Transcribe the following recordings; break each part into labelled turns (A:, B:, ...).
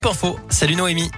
A: Info. Salut Noémie.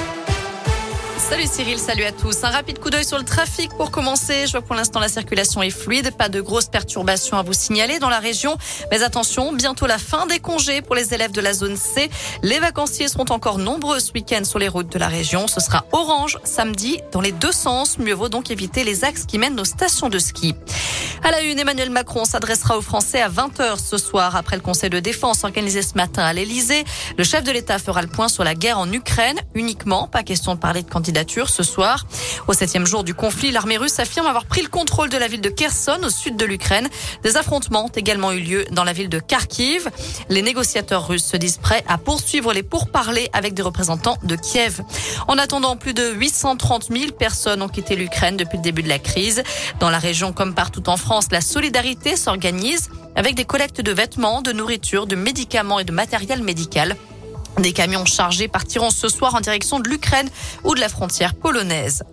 B: Salut Cyril, salut à tous. Un rapide coup d'œil sur le trafic pour commencer. Je vois que pour l'instant la circulation est fluide. Pas de grosses perturbations à vous signaler dans la région. Mais attention, bientôt la fin des congés pour les élèves de la zone C. Les vacanciers seront encore nombreux ce week-end sur les routes de la région. Ce sera orange samedi dans les deux sens. Mieux vaut donc éviter les axes qui mènent aux stations de ski. À la une, Emmanuel Macron s'adressera aux Français à 20h ce soir après le conseil de défense organisé ce matin à l'Elysée. Le chef de l'État fera le point sur la guerre en Ukraine uniquement. Pas question de parler de candidature ce soir. Au 7e jour du conflit, l'armée russe affirme avoir pris le contrôle de la ville de Kherson au sud de l'Ukraine. Des affrontements ont également eu lieu dans la ville de Kharkiv. Les négociateurs russes se disent prêts à poursuivre les pourparlers avec des représentants de Kiev. En attendant, plus de 830 000 personnes ont quitté l'Ukraine depuis le début de la crise. Dans la région comme partout en France, la solidarité s'organise avec des collectes de vêtements, de nourriture, de médicaments et de matériel médical. Des camions chargés partiront ce soir en direction de l'Ukraine ou de la frontière polonaise.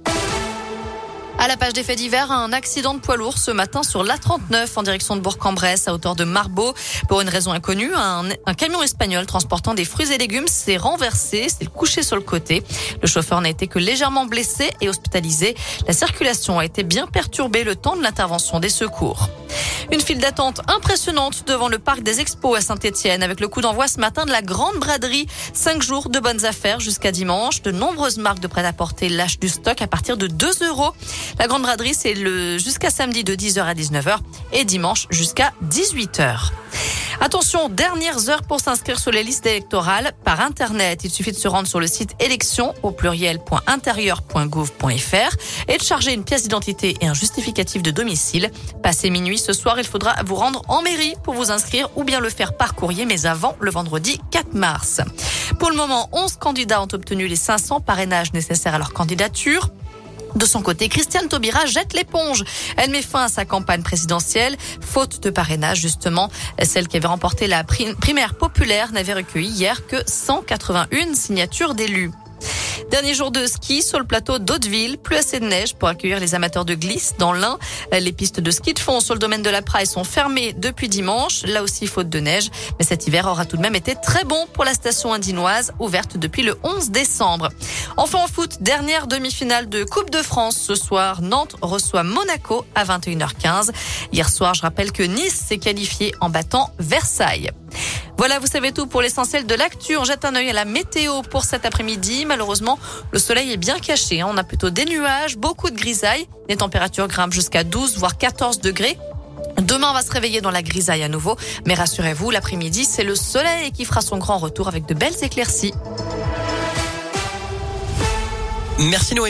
B: À la page des faits divers, un accident de poids lourd ce matin sur l'A39 en direction de Bourg-en-Bresse à hauteur de Marbeau. Pour une raison inconnue, un camion espagnol transportant des fruits et légumes s'est renversé, s'est couché sur le côté. Le chauffeur n'a été que légèrement blessé et hospitalisé. La circulation a été bien perturbée le temps de l'intervention des secours. Une file d'attente impressionnante devant le parc des Expos à Saint-Etienne avec le coup d'envoi ce matin de la grande braderie. 5 jours de bonnes affaires jusqu'à dimanche. De nombreuses marques de prêt-à-porter lâchent du stock à partir de 2 €. La grande braderie, c'est jusqu'à samedi de 10h à 19h et dimanche jusqu'à 18h. Attention, dernières heures pour s'inscrire sur les listes électorales par Internet. Il suffit de se rendre sur le site élections au pluriel.intérieur.gouv.fr et de charger une pièce d'identité et un justificatif de domicile. Passé minuit ce soir, il faudra vous rendre en mairie pour vous inscrire ou bien le faire par courrier, mais avant le vendredi 4 mars. Pour le moment, 11 candidats ont obtenu les 500 parrainages nécessaires à leur candidature. De son côté, Christiane Taubira jette l'éponge. Elle met fin à sa campagne présidentielle, faute de parrainage justement. Celle qui avait remporté la primaire populaire n'avait recueilli hier que 181 signatures d'élus. Dernier jour de ski sur le plateau d'Hauteville, plus assez de neige pour accueillir les amateurs de glisse dans l'Ain. Les pistes de ski de fond sur le domaine de la Praille sont fermées depuis dimanche, là aussi faute de neige. Mais cet hiver aura tout de même été très bon pour la station indinoise, ouverte depuis le 11 décembre. Enfin en foot, dernière demi-finale de Coupe de France ce soir. Nantes reçoit Monaco à 21h15. Hier soir, je rappelle que Nice s'est qualifié en battant Versailles. Voilà, vous savez tout pour l'essentiel de l'actu. On jette un œil à la météo pour cet après-midi. Malheureusement, le soleil est bien caché. On a plutôt des nuages, beaucoup de grisailles. Les températures grimpent jusqu'à 12 voire 14 degrés. Demain, on va se réveiller dans la grisaille à nouveau. Mais rassurez-vous, l'après-midi, c'est le soleil qui fera son grand retour avec de belles éclaircies.
A: Merci Noémie.